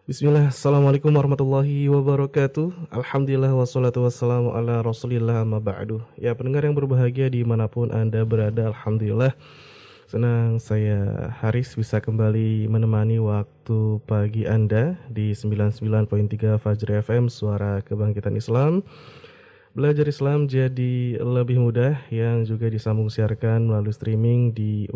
Bismillah, Assalamualaikum warahmatullahi wabarakatuh. Alhamdulillah wassalatu wassalamu ala rasulillah amma ba'du. Ya pendengar yang berbahagia dimanapun Anda berada, Alhamdulillah senang saya Haris bisa kembali menemani waktu pagi Anda di 99.3 Fajri FM, Suara Kebangkitan Islam. Belajar Islam jadi lebih mudah, yang juga disambung siarkan melalui streaming di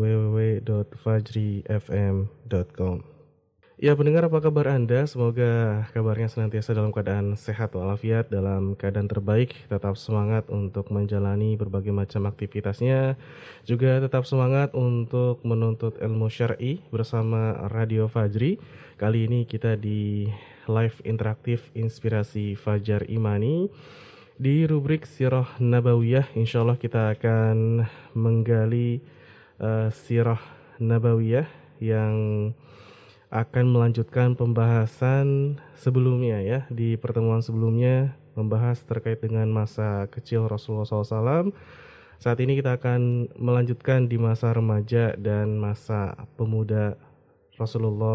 www.fajrifm.com. Ya pendengar, apa kabar Anda? Semoga kabarnya senantiasa dalam keadaan sehat walafiat, dalam keadaan terbaik. Tetap semangat untuk menjalani berbagai macam aktivitasnya. Juga tetap semangat untuk menuntut ilmu syar'i bersama Radio Fajri. Kali ini kita di live interaktif Inspirasi Fajar Imani. Di rubrik Sirah Nabawiyah, insya Allah kita akan menggali Sirah Nabawiyah yang akan melanjutkan pembahasan sebelumnya ya. Di pertemuan sebelumnya membahas terkait dengan masa kecil Rasulullah SAW. Saat ini kita akan melanjutkan di masa remaja dan masa pemuda Rasulullah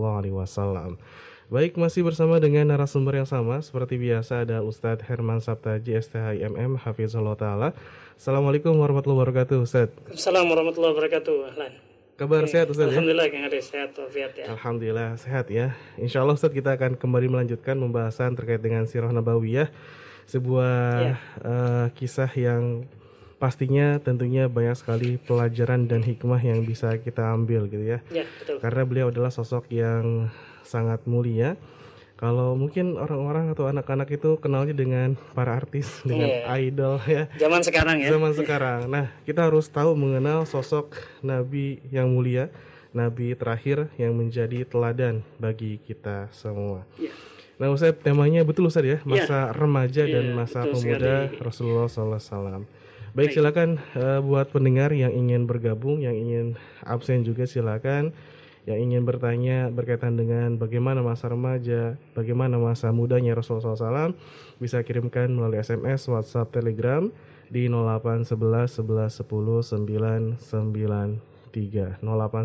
SAW. Baik, masih bersama dengan narasumber yang sama. Seperti biasa ada Ustadz Herman Sabtaji, STHIMM, Hafizullah Ta'ala. Assalamualaikum warahmatullahi wabarakatuh, Ustadz. Assalamualaikum warahmatullahi wabarakatuh. Ahlan. Kabar sehat Ustaz? Alhamdulillah Kang Haris, sehat walafiat ya. Alhamdulillah sehat ya. Insya Allah Ustaz, kita akan kembali melanjutkan pembahasan terkait dengan Sirah Nabawiyah, sebuah kisah yang pastinya tentunya banyak sekali pelajaran dan hikmah yang bisa kita ambil gitu ya. Ya, betul. Karena beliau adalah sosok yang sangat mulia. Kalau mungkin orang-orang atau anak-anak itu kenalnya dengan para artis, dengan idol ya. Zaman sekarang ya. Zaman sekarang. Nah, kita harus tahu mengenal sosok Nabi yang mulia, Nabi terakhir yang menjadi teladan bagi kita semua. Ya. Nah, Ustaz, temanya betul Ustaz ya, masa remaja dan masa pemuda sekali. Rasulullah SAW. Baik, silakan buat pendengar yang ingin bergabung, yang ingin absen juga silakan. Yang ingin bertanya berkaitan dengan bagaimana masa remaja, bagaimana masa mudanya Rasulullah SAW, bisa kirimkan melalui SMS, WhatsApp, Telegram di 0811 11 10 993 0811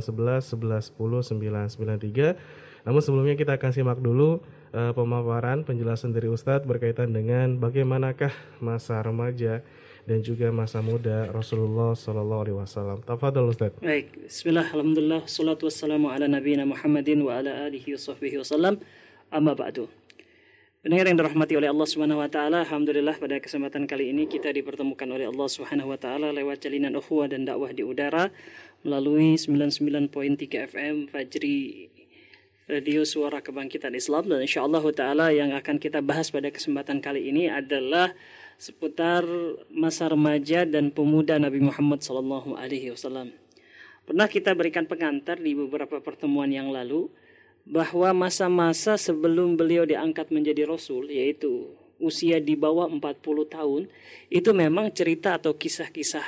11 10 993. Namun sebelumnya kita akan simak dulu pemaparan penjelasan dari Ustadz berkaitan dengan bagaimanakah masa remaja dan juga masa muda Rasulullah SAW. Tafadhol Ustaz. Baik, bismillah, alhamdulillah, salatu wassalamu ala nabiyina Muhammadin wa ala alihi wa sahbihi wasallam, amma ba'du. Pendengar yang dirahmati oleh Allah Subhanahu wa taala, alhamdulillah pada kesempatan kali ini kita dipertemukan oleh Allah Subhanahu wa taala lewat jalinan ukhuwah dan dakwah di udara melalui 99.3 FM Fajri Radio Suara Kebangkitan Islam. Dan insyaallah taala yang akan kita bahas pada kesempatan kali ini adalah seputar masa remaja dan pemuda Nabi Muhammad SAW. Pernah kita berikan pengantar di beberapa pertemuan yang lalu bahwa masa-masa sebelum beliau diangkat menjadi Rasul, yaitu usia di bawah 40 tahun, itu memang cerita atau kisah-kisah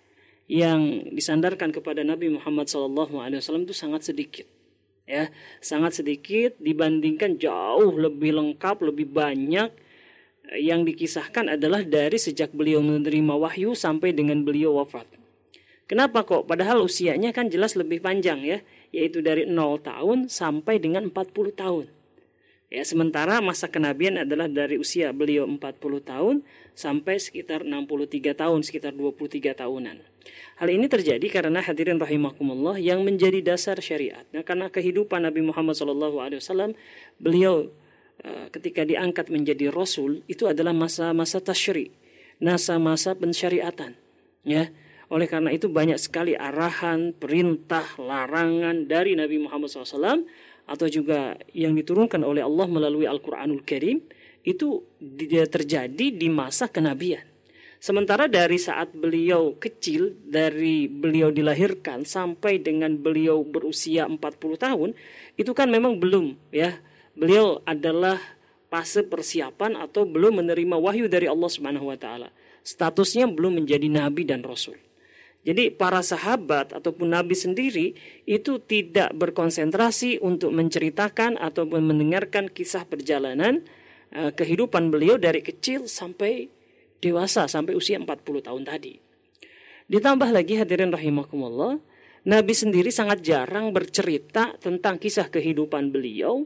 yang disandarkan kepada Nabi Muhammad SAW itu sangat sedikit. Ya, sangat sedikit dibandingkan jauh lebih lengkap, lebih banyak. Yang dikisahkan adalah dari sejak beliau menerima wahyu sampai dengan beliau wafat. Kenapa kok? Padahal usianya kan jelas lebih panjang ya, yaitu dari 0 tahun sampai dengan 40 tahun. Ya, sementara masa kenabian adalah dari usia beliau 40 tahun sampai sekitar 63 tahun, sekitar 23 tahunan. Hal ini terjadi karena hadirin rahimakumullah yang menjadi dasar syariat. Nah, karena kehidupan Nabi Muhammad SAW, beliau ketika diangkat menjadi Rasul itu adalah masa-masa tasyri', masa-masa pensyariatan ya. Oleh karena itu banyak sekali arahan, perintah, larangan dari Nabi Muhammad SAW atau juga yang diturunkan oleh Allah melalui Al-Quranul Karim itu terjadi di masa kenabian. Sementara dari saat beliau kecil, dari beliau dilahirkan sampai dengan beliau berusia 40 tahun, itu kan memang belum ya. Beliau adalah fase persiapan atau belum menerima wahyu dari Allah Subhanahu wa taala. Statusnya belum menjadi nabi dan rasul. Jadi para sahabat ataupun nabi sendiri itu tidak berkonsentrasi untuk menceritakan ataupun mendengarkan kisah perjalanan kehidupan beliau dari kecil sampai dewasa, sampai usia 40 tahun tadi. Ditambah lagi hadirin rahimakumullah, Nabi sendiri sangat jarang bercerita tentang kisah kehidupan beliau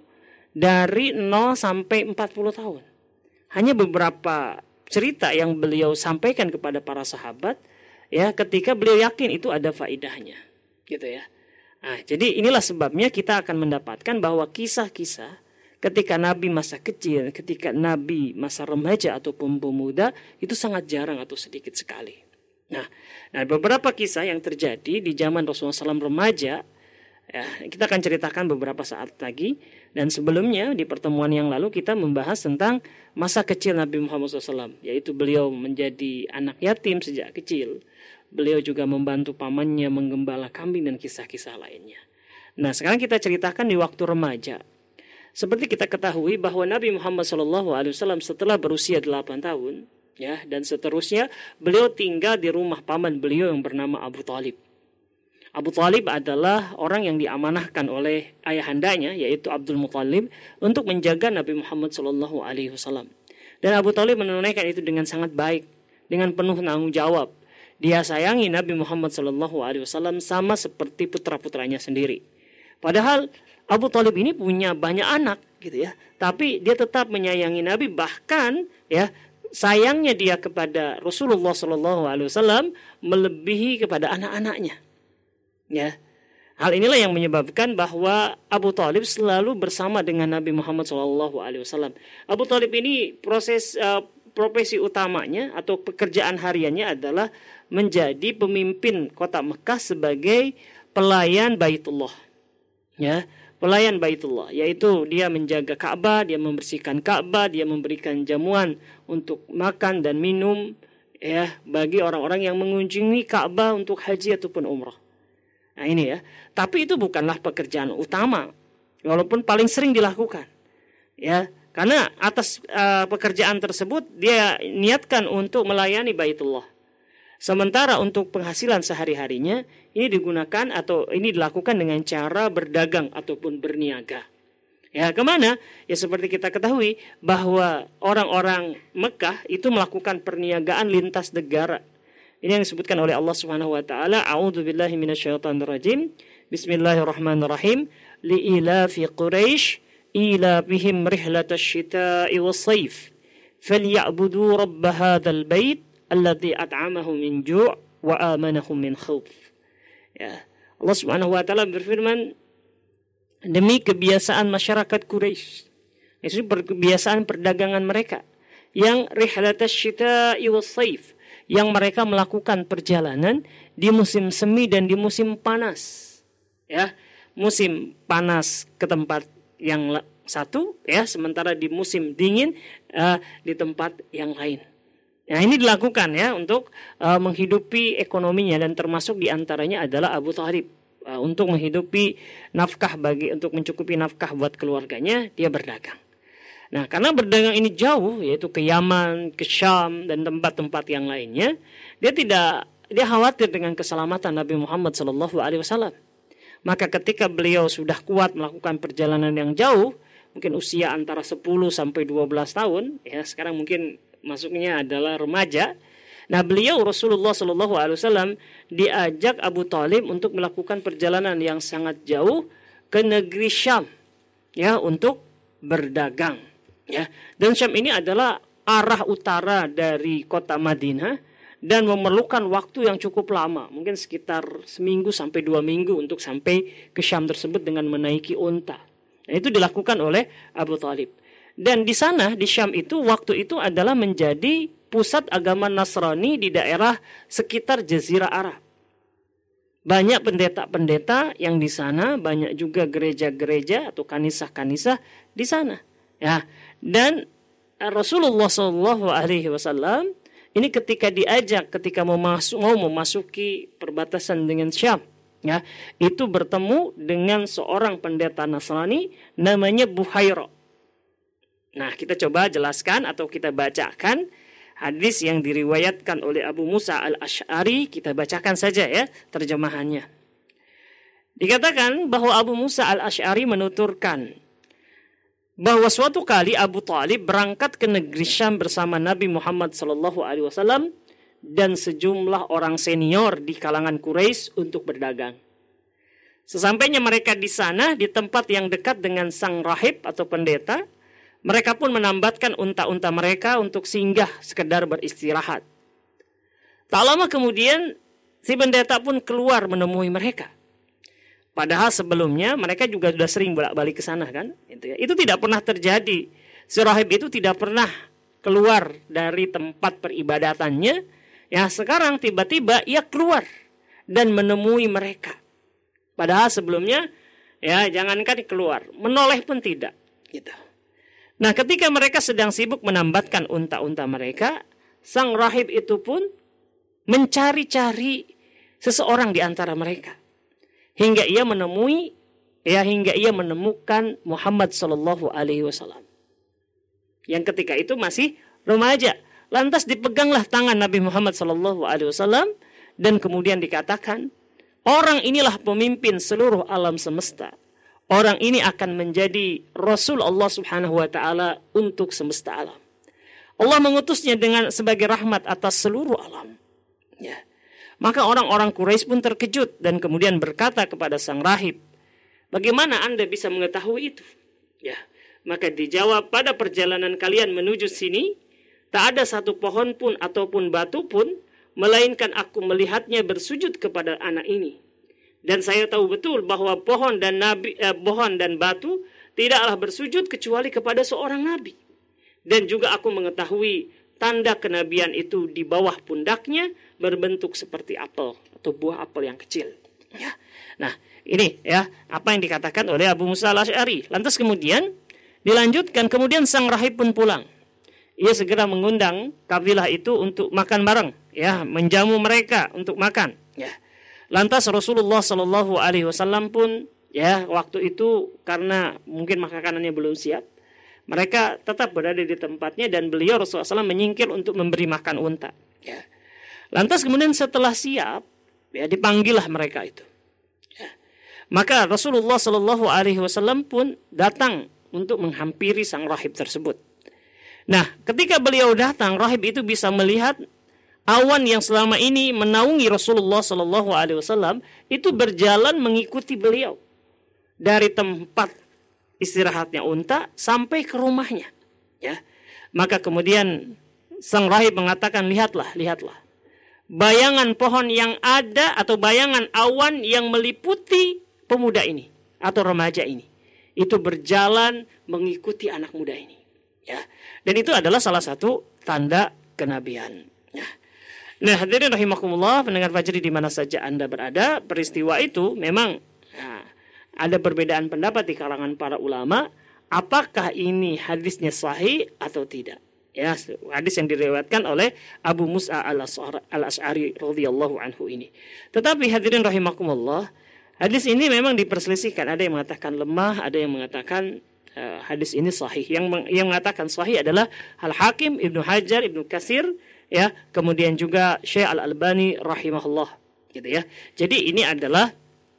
dari 0 sampai 40 tahun. Hanya beberapa cerita yang beliau sampaikan kepada para sahabat ya, ketika beliau yakin itu ada faedahnya, gitu ya. Nah, jadi inilah sebabnya kita akan mendapatkan bahwa kisah-kisah ketika Nabi masa kecil, ketika Nabi masa remaja ataupun pemuda itu sangat jarang atau sedikit sekali. Nah, beberapa kisah yang terjadi di zaman Rasulullah SAW remaja, ya, kita akan ceritakan beberapa saat lagi. Dan sebelumnya di pertemuan yang lalu kita membahas tentang masa kecil Nabi Muhammad SAW, yaitu beliau menjadi anak yatim sejak kecil. Beliau juga membantu pamannya menggembala kambing dan kisah-kisah lainnya. Nah, sekarang kita ceritakan di waktu remaja. Seperti kita ketahui bahwa Nabi Muhammad SAW setelah berusia 8 tahun, ya, dan seterusnya beliau tinggal di rumah paman beliau yang bernama Abu Thalib. Abu Thalib adalah orang yang diamanahkan oleh ayahandanya, yaitu Abdul Muthalib, untuk menjaga Nabi Muhammad SAW. Dan Abu Thalib menunaikan itu dengan sangat baik, dengan penuh tanggung jawab. Dia sayangi Nabi Muhammad SAW sama seperti putra-putranya sendiri. Padahal Abu Thalib ini punya banyak anak, gitu ya. Tapi dia tetap menyayangi Nabi, bahkan ya sayangnya dia kepada Rasulullah SAW melebihi kepada anak-anaknya. Ya, hal inilah yang menyebabkan bahwa Abu Thalib selalu bersama dengan Nabi Muhammad SAW. Abu Thalib ini profesi utamanya atau pekerjaan hariannya adalah menjadi pemimpin kota Mekah sebagai pelayan Baitullah. Ya, pelayan Baitullah, yaitu dia menjaga Ka'bah, dia membersihkan Ka'bah, dia memberikan jamuan untuk makan dan minum ya bagi orang-orang yang mengunjungi Ka'bah untuk haji ataupun umrah. Nah, ini ya. Tapi itu bukanlah pekerjaan utama, walaupun paling sering dilakukan. Ya, karena atas pekerjaan tersebut dia niatkan untuk melayani Baitullah. Sementara untuk penghasilan sehari-harinya ini digunakan atau ini dilakukan dengan cara berdagang ataupun berniaga. Ya, kemana? Ya seperti kita ketahui bahwa orang-orang Mekah itu melakukan perniagaan lintas negara. Ini yang disebutkan oleh Allah Subhanahu wa taala, a'udzubillahi minasyaitonirrajim. Bismillahirrahmanirrahim. Li'ilafi Quraisy ilafihim rihlatash shita'i was-sayf. Falya'budu rabb hadzal bait alladzi at'amahum min ju' wa amanahum min khauf. Ya, Allah Subhanahu wa taala berfirman, demi kebiasaan masyarakat Quraisy, itu kebiasaan perdagangan mereka yang rihlatash shita'i was-sayf, yang mereka melakukan perjalanan di musim semi dan di musim panas. Ya, musim panas ke tempat yang satu, ya, sementara di musim dingin di tempat yang lain. Nah, ini dilakukan ya untuk menghidupi ekonominya, dan termasuk diantaranya adalah Abu Thalib untuk menghidupi nafkah untuk mencukupi nafkah buat keluarganya, dia berdagang. Nah, karena berdagang ini jauh, yaitu ke Yaman, ke Syam dan tempat-tempat yang lainnya, dia khawatir dengan keselamatan Nabi Muhammad SAW. Maka ketika beliau sudah kuat melakukan perjalanan yang jauh, mungkin usia antara 10 sampai 12 tahun, ya sekarang mungkin masuknya adalah remaja. Nah, beliau Rasulullah SAW diajak Abu Thalib untuk melakukan perjalanan yang sangat jauh ke negeri Syam, ya, untuk berdagang. Ya, dan Syam ini adalah arah utara dari kota Madinah dan memerlukan waktu yang cukup lama, mungkin sekitar seminggu sampai 2 minggu untuk sampai ke Syam tersebut dengan menaiki unta. Nah, itu dilakukan oleh Abu Thalib. Dan di sana, di Syam itu, waktu itu adalah menjadi pusat agama Nasrani di daerah sekitar Jazirah Arab. Banyak pendeta-pendeta yang di sana, banyak juga gereja-gereja atau kanisah-kanisah di sana. Ya, dan Rasulullah SAW ini ketika mau memasuki perbatasan dengan Syam, ya, itu bertemu dengan seorang pendeta Nasrani namanya Buhairah. Nah, kita coba jelaskan atau kita bacakan hadis yang diriwayatkan oleh Abu Musa al-Asy'ari. Kita bacakan saja ya terjemahannya. Dikatakan bahwa Abu Musa al-Asy'ari menuturkan bahwa suatu kali Abu Thalib berangkat ke negeri Syam bersama Nabi Muhammad SAW dan sejumlah orang senior di kalangan Quraisy untuk berdagang. Sesampainya mereka di sana, di tempat yang dekat dengan sang rahib atau pendeta, mereka pun menambatkan unta-unta mereka untuk singgah sekedar beristirahat. Tak lama kemudian si pendeta pun keluar menemui mereka. Padahal sebelumnya mereka juga sudah sering bolak-balik ke sana kan. Itu tidak pernah terjadi. Si rahib itu tidak pernah keluar dari tempat peribadatannya. Ya sekarang tiba-tiba ia keluar dan menemui mereka. Padahal sebelumnya ya jangankan keluar, menoleh pun tidak. Gitu. Nah ketika mereka sedang sibuk menambatkan unta-unta mereka, sang rahib itu pun mencari-cari seseorang di antara mereka. Hingga ia menemukan Muhammad sallallahu alaihi wasallam. Yang ketika itu masih remaja. Lantas dipeganglah tangan Nabi Muhammad sallallahu alaihi wasallam dan kemudian dikatakan, orang inilah pemimpin seluruh alam semesta. Orang ini akan menjadi Rasul Allah Subhanahu wa taala untuk semesta alam. Allah mengutusnya sebagai rahmat atas seluruh alam. Ya. Maka orang-orang Quraisy pun terkejut dan kemudian berkata kepada sang rahib, bagaimana Anda bisa mengetahui itu? Ya, maka dijawab, pada perjalanan kalian menuju sini, tak ada satu pohon pun ataupun batu pun, melainkan aku melihatnya bersujud kepada anak ini. Dan saya tahu betul bahwa pohon dan batu tidaklah bersujud kecuali kepada seorang nabi. Dan juga aku mengetahui tanda kenabian itu di bawah pundaknya berbentuk seperti apel atau buah apel yang kecil. Ya. Nah, ini ya apa yang dikatakan oleh Abu Musa al-Asy'ari. Lantas kemudian dilanjutkan, kemudian sang rahib pun pulang. Ia segera mengundang kabilah itu untuk makan bareng, ya, menjamu mereka untuk makan. Ya. Lantas Rasulullah Shallallahu Alaihi Wasallam pun, ya, waktu itu karena mungkin makanannya belum siap, mereka tetap berada di tempatnya dan beliau Rasulullah SAW menyingkir untuk memberi makan unta. Ya. Lantas kemudian setelah siap, ya, dipanggillah mereka itu. Ya. Maka Rasulullah SAW pun datang untuk menghampiri sang rahib tersebut. Nah, ketika beliau datang, rahib itu bisa melihat awan yang selama ini menaungi Rasulullah SAW itu berjalan mengikuti beliau dari tempat istirahatnya unta sampai ke rumahnya. Ya. Maka kemudian sang rahib mengatakan, lihatlah. Bayangan pohon yang ada atau bayangan awan yang meliputi pemuda ini atau remaja ini. Itu berjalan mengikuti anak muda ini. Ya. Dan itu adalah salah satu tanda kenabian. Ya. Nah, hadirin rahimakumullah, pendengar Fajri di mana saja Anda berada, peristiwa itu memang ada perbedaan pendapat di kalangan para ulama, apakah ini hadisnya sahih atau tidak. Ya, hadis yang diriwayatkan oleh Abu Musa al-Asy'ari radhiyallahu anhu ini. Tetapi hadirin rahimakumullah, hadis ini memang diperselisihkan. Ada yang mengatakan lemah, ada yang mengatakan hadis ini sahih. Yang mengatakan sahih adalah Al-Hakim, Ibnu Hajar, Ibnu Katsir, ya, kemudian juga Syekh Al-Albani rahimahullah, gitu ya. Jadi ini adalah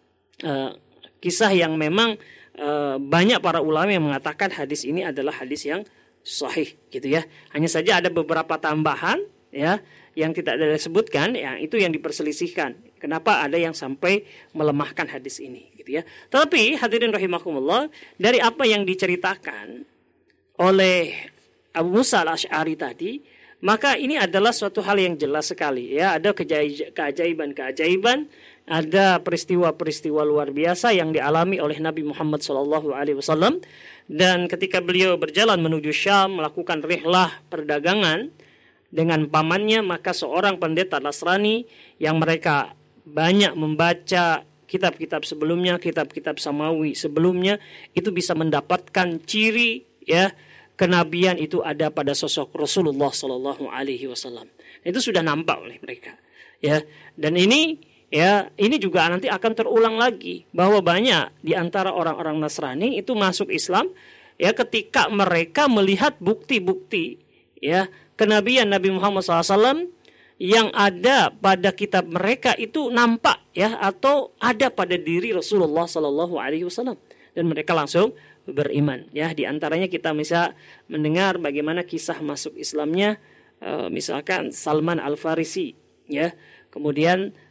kisah yang memang banyak para ulama yang mengatakan hadis ini adalah hadis yang sahih, gitu ya. Hanya saja ada beberapa tambahan, ya, yang tidak disebutkan, ya, itu yang diperselisihkan. Kenapa ada yang sampai melemahkan hadis ini, gitu ya. Tetapi hadirin rahimakumullah, dari apa yang diceritakan oleh Abu Musa al-Asy'ari tadi, maka ini adalah suatu hal yang jelas sekali, ya. Ada keajaiban-keajaiban, ada peristiwa-peristiwa luar biasa yang dialami oleh Nabi Muhammad SAW. Dan ketika beliau berjalan menuju Syam melakukan rihlah perdagangan dengan pamannya, maka seorang pendeta Nasrani yang mereka banyak membaca kitab-kitab sebelumnya, kitab-kitab Samawi sebelumnya, itu bisa mendapatkan ciri, ya, kenabian itu ada pada sosok Rasulullah SAW. Itu sudah nampak oleh mereka, ya. Dan ini, ya, ini juga nanti akan terulang lagi bahwa banyak di antara orang-orang Nasrani itu masuk Islam, ya, ketika mereka melihat bukti-bukti, ya, kenabian Nabi Muhammad SAW yang ada pada kitab mereka itu nampak, ya, atau ada pada diri Rasulullah SAW, dan mereka langsung beriman, ya. Di antaranya kita bisa mendengar bagaimana kisah masuk Islamnya misalkan Salman Al-Farisi, ya. Kemudian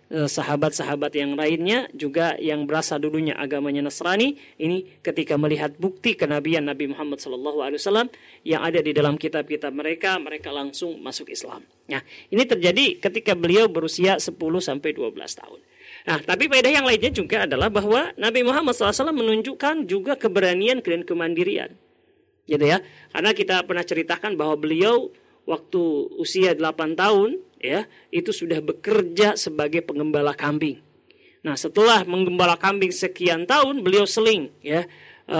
sahabat-sahabat yang lainnya juga yang berasal dulunya agamanya Nasrani, ini ketika melihat bukti kenabian Nabi Muhammad SAW yang ada di dalam kitab-kitab mereka langsung masuk Islam. Nah, ini terjadi ketika beliau berusia 10-12 tahun. Nah, tapi faedah yang lainnya juga adalah bahwa Nabi Muhammad SAW menunjukkan juga keberanian dan kemandirian. Gitu ya. Karena kita pernah ceritakan bahwa beliau waktu usia 8 tahun ya, itu sudah bekerja sebagai pengembala kambing. Nah, setelah menggembala kambing sekian tahun, beliau seling ya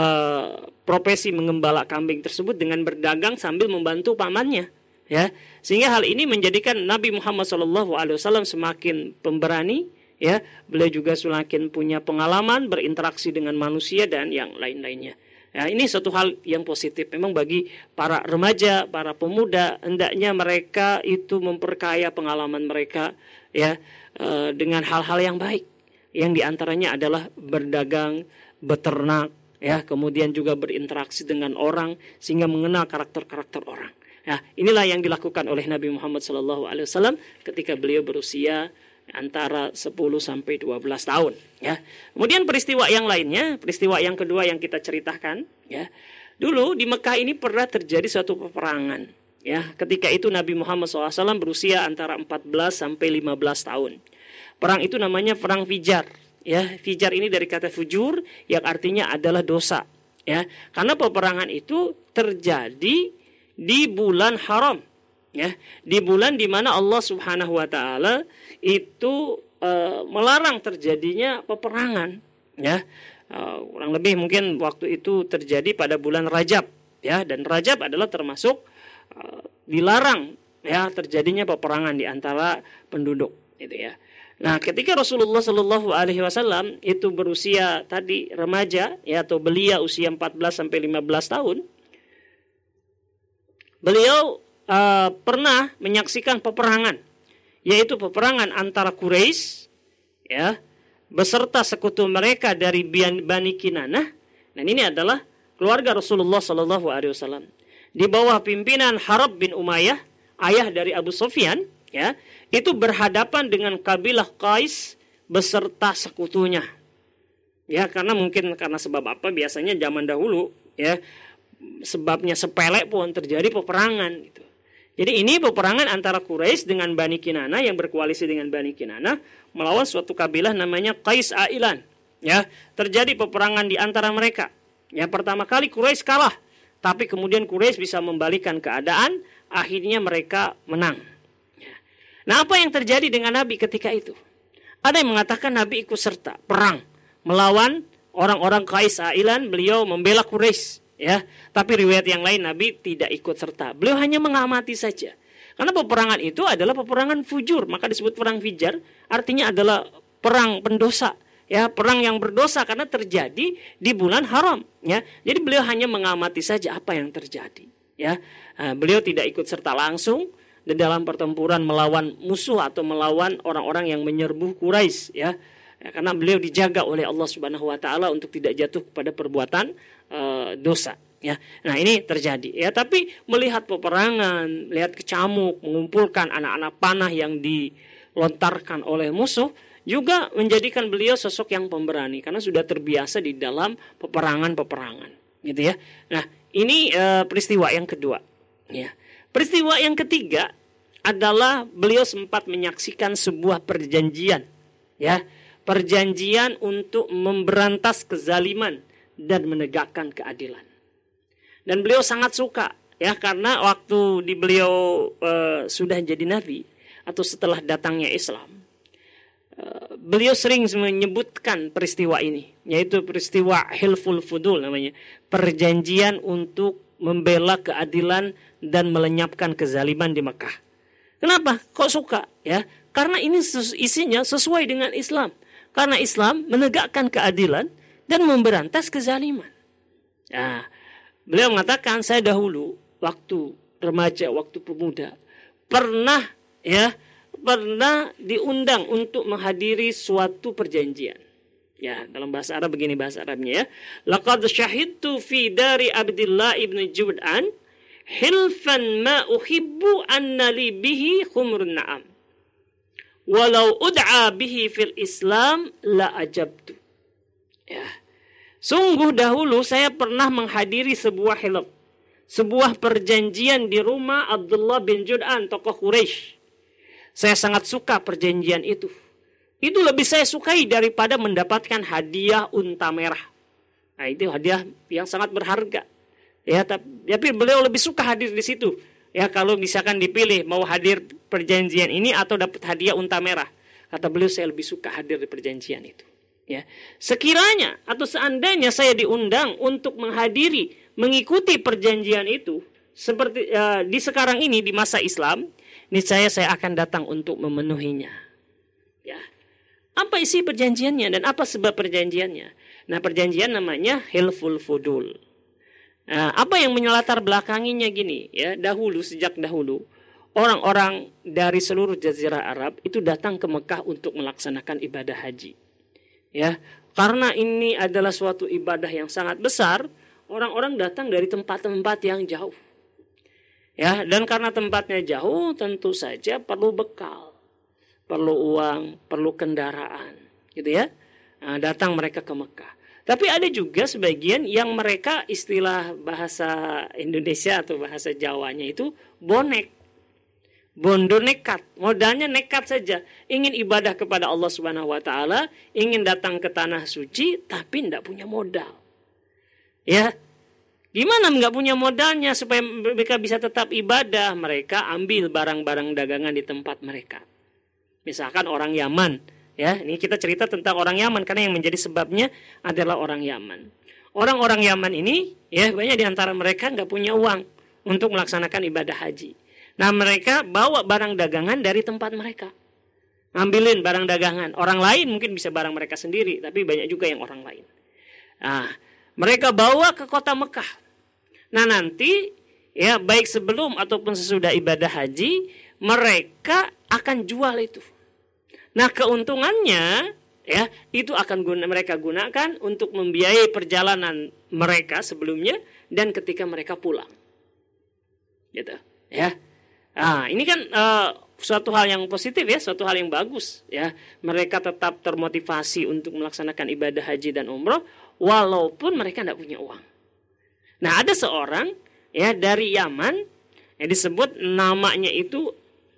profesi mengembala kambing tersebut dengan berdagang sambil membantu pamannya ya. Sehingga hal ini menjadikan Nabi Muhammad SAW semakin pemberani ya. Beliau juga semakin punya pengalaman berinteraksi dengan manusia dan yang lain-lainnya. Ya, ini suatu hal yang positif. Memang bagi para remaja, para pemuda, hendaknya mereka itu memperkaya pengalaman mereka ya dengan hal-hal yang baik. Yang diantaranya adalah berdagang, beternak, ya, kemudian juga berinteraksi dengan orang sehingga mengenal karakter-karakter orang. Ya, inilah yang dilakukan oleh Nabi Muhammad SAW ketika beliau berusia antara 10-12 tahun ya. Kemudian peristiwa yang lainnya, peristiwa yang kedua yang kita ceritakan ya. Dulu di Mekah ini pernah terjadi suatu peperangan ya. Ketika itu Nabi Muhammad SAW berusia antara 14-15 tahun. Perang itu namanya perang Fijar ya. Fijar ini dari kata fujur yang artinya adalah dosa ya. Karena peperangan itu terjadi di bulan haram ya, di bulan di mana Allah Subhanahu wa taala itu melarang terjadinya peperangan ya. Kurang lebih mungkin waktu itu terjadi pada bulan Rajab ya, dan Rajab adalah termasuk dilarang ya terjadinya peperangan di antara penduduk gitu ya. Nah, ketika Rasulullah Shallallahu alaihi wasallam itu berusia tadi remaja ya, atau belia usia 14-15 tahun, beliau pernah menyaksikan peperangan, yaitu peperangan antara Quraisy ya beserta sekutu mereka dari Bani Kinanah, dan ini adalah keluarga Rasulullah Sallallahu Alaihi Wasallam di bawah pimpinan Harb bin Umayyah, ayah dari Abu Sufyan ya, itu berhadapan dengan kabilah Qais beserta sekutunya ya. Karena sebab apa, biasanya zaman dahulu ya sebabnya sepele pun terjadi peperangan gitu. Jadi ini peperangan antara Quraisy dengan Bani Kinanah yang berkoalisi dengan Bani Kinanah melawan suatu kabilah namanya Qais Ailan. Ya, terjadi peperangan di antara mereka. Ya, pertama kali Quraisy kalah, tapi kemudian Quraisy bisa membalikan keadaan, akhirnya mereka menang. Ya. Nah, apa yang terjadi dengan Nabi ketika itu? Ada yang mengatakan Nabi ikut serta perang melawan orang-orang Qais Ailan, beliau membela Quraisy. Ya, tapi riwayat yang lain Nabi tidak ikut serta. Beliau hanya mengamati saja. Karena peperangan itu adalah peperangan fujur, maka disebut perang Fijar, artinya adalah perang pendosa. Ya, perang yang berdosa karena terjadi di bulan haram. Ya, jadi beliau hanya mengamati saja apa yang terjadi. Ya, beliau tidak ikut serta langsung di dalam pertempuran melawan musuh atau melawan orang-orang yang menyerbu Quraisy. Ya, karena beliau dijaga oleh Allah Subhanahu Wa Taala untuk tidak jatuh kepada perbuatan dosa ya. Nah, ini terjadi ya, tapi melihat peperangan, melihat kecamuk, mengumpulkan anak-anak panah yang dilontarkan oleh musuh juga menjadikan beliau sosok yang pemberani karena sudah terbiasa di dalam peperangan-peperangan gitu ya. Nah, ini peristiwa yang kedua ya. Peristiwa yang ketiga adalah beliau sempat menyaksikan sebuah perjanjian ya, perjanjian untuk memberantas kezaliman dan menegakkan keadilan. Dan beliau sangat suka ya, karena waktu beliau sudah jadi nabi atau setelah datangnya Islam, beliau sering menyebutkan peristiwa ini, yaitu peristiwa Hilful Fudul namanya, perjanjian untuk membela keadilan dan melenyapkan kezaliman di Mekah. Kenapa? Kok suka ya? Karena ini isinya sesuai dengan Islam. Karena Islam menegakkan keadilan dan memberantas kezaliman. Nah, beliau mengatakan, saya dahulu waktu remaja, waktu pemuda, pernah diundang untuk menghadiri suatu perjanjian. Ya, dalam bahasa Arab begini bahasa Arabnya ya. Laqad syahidtu fi dari Abdullah ibn Jud'an hilfan ma uhibbu anna li bihi khumrun na'am. walau ud'a bihi fil Islam la ajabtu. Ya. Sungguh dahulu saya pernah menghadiri sebuah hilaf, sebuah perjanjian di rumah Abdullah bin Jud'an, tokoh Quraisy. Saya sangat suka perjanjian itu. Itu lebih saya sukai daripada mendapatkan hadiah unta merah. Nah, itu hadiah yang sangat berharga. Ya, tapi beliau lebih suka hadir di situ. Ya, kalau misalkan dipilih mau hadir perjanjian ini atau dapat hadiah unta merah, kata beliau saya lebih suka hadir di perjanjian itu. Ya, sekiranya atau seandainya saya diundang untuk menghadiri, mengikuti perjanjian itu, seperti di sekarang ini di masa Islam, niscaya saya akan datang untuk memenuhinya. Ya, apa isi perjanjiannya dan apa sebab perjanjiannya? Nah, perjanjian namanya Hilful Fudul. Nah, apa yang menyelatar belakanginya gini, ya, sejak dahulu orang-orang dari seluruh jazirah Arab itu datang ke Mekah untuk melaksanakan ibadah haji. Ya, karena ini adalah suatu ibadah yang sangat besar, orang-orang datang dari tempat-tempat yang jauh. Ya, dan karena tempatnya jauh, tentu saja perlu bekal, perlu uang, perlu kendaraan, gitu ya. Nah, datang mereka ke Mekah. Tapi ada juga sebagian yang mereka istilah bahasa Indonesia atau bahasa Jawanya itu bonek. Bondo nekat, modalnya nekat saja. Ingin ibadah kepada Allah Subhanahu wa taala, ingin datang ke tanah suci tapi tidak punya modal. Ya. Gimana nggak punya modalnya supaya mereka bisa tetap ibadah? Mereka ambil barang-barang dagangan di tempat mereka. Misalkan orang Yaman. Ya, ini kita cerita tentang orang Yaman karena yang menjadi sebabnya adalah orang Yaman. Orang-orang Yaman ini, ya, banyak di antara mereka nggak punya uang untuk melaksanakan ibadah haji. Nah, mereka bawa barang dagangan dari tempat mereka, ngambilin barang dagangan. Orang lain mungkin bisa barang mereka sendiri, tapi banyak juga yang orang lain. Nah, mereka bawa ke kota Mekah. Nah, nanti, ya, baik sebelum ataupun sesudah ibadah haji, mereka akan jual itu. Nah, keuntungannya, ya, itu akan mereka gunakan untuk membiayai perjalanan mereka sebelumnya dan ketika mereka pulang. Gitu, ya. Nah, ini kan suatu hal yang positif, ya, suatu hal yang bagus, ya. Mereka tetap termotivasi untuk melaksanakan ibadah haji dan umroh walaupun mereka tidak punya uang. Nah, ada seorang, ya, dari Yaman yang disebut namanya itu,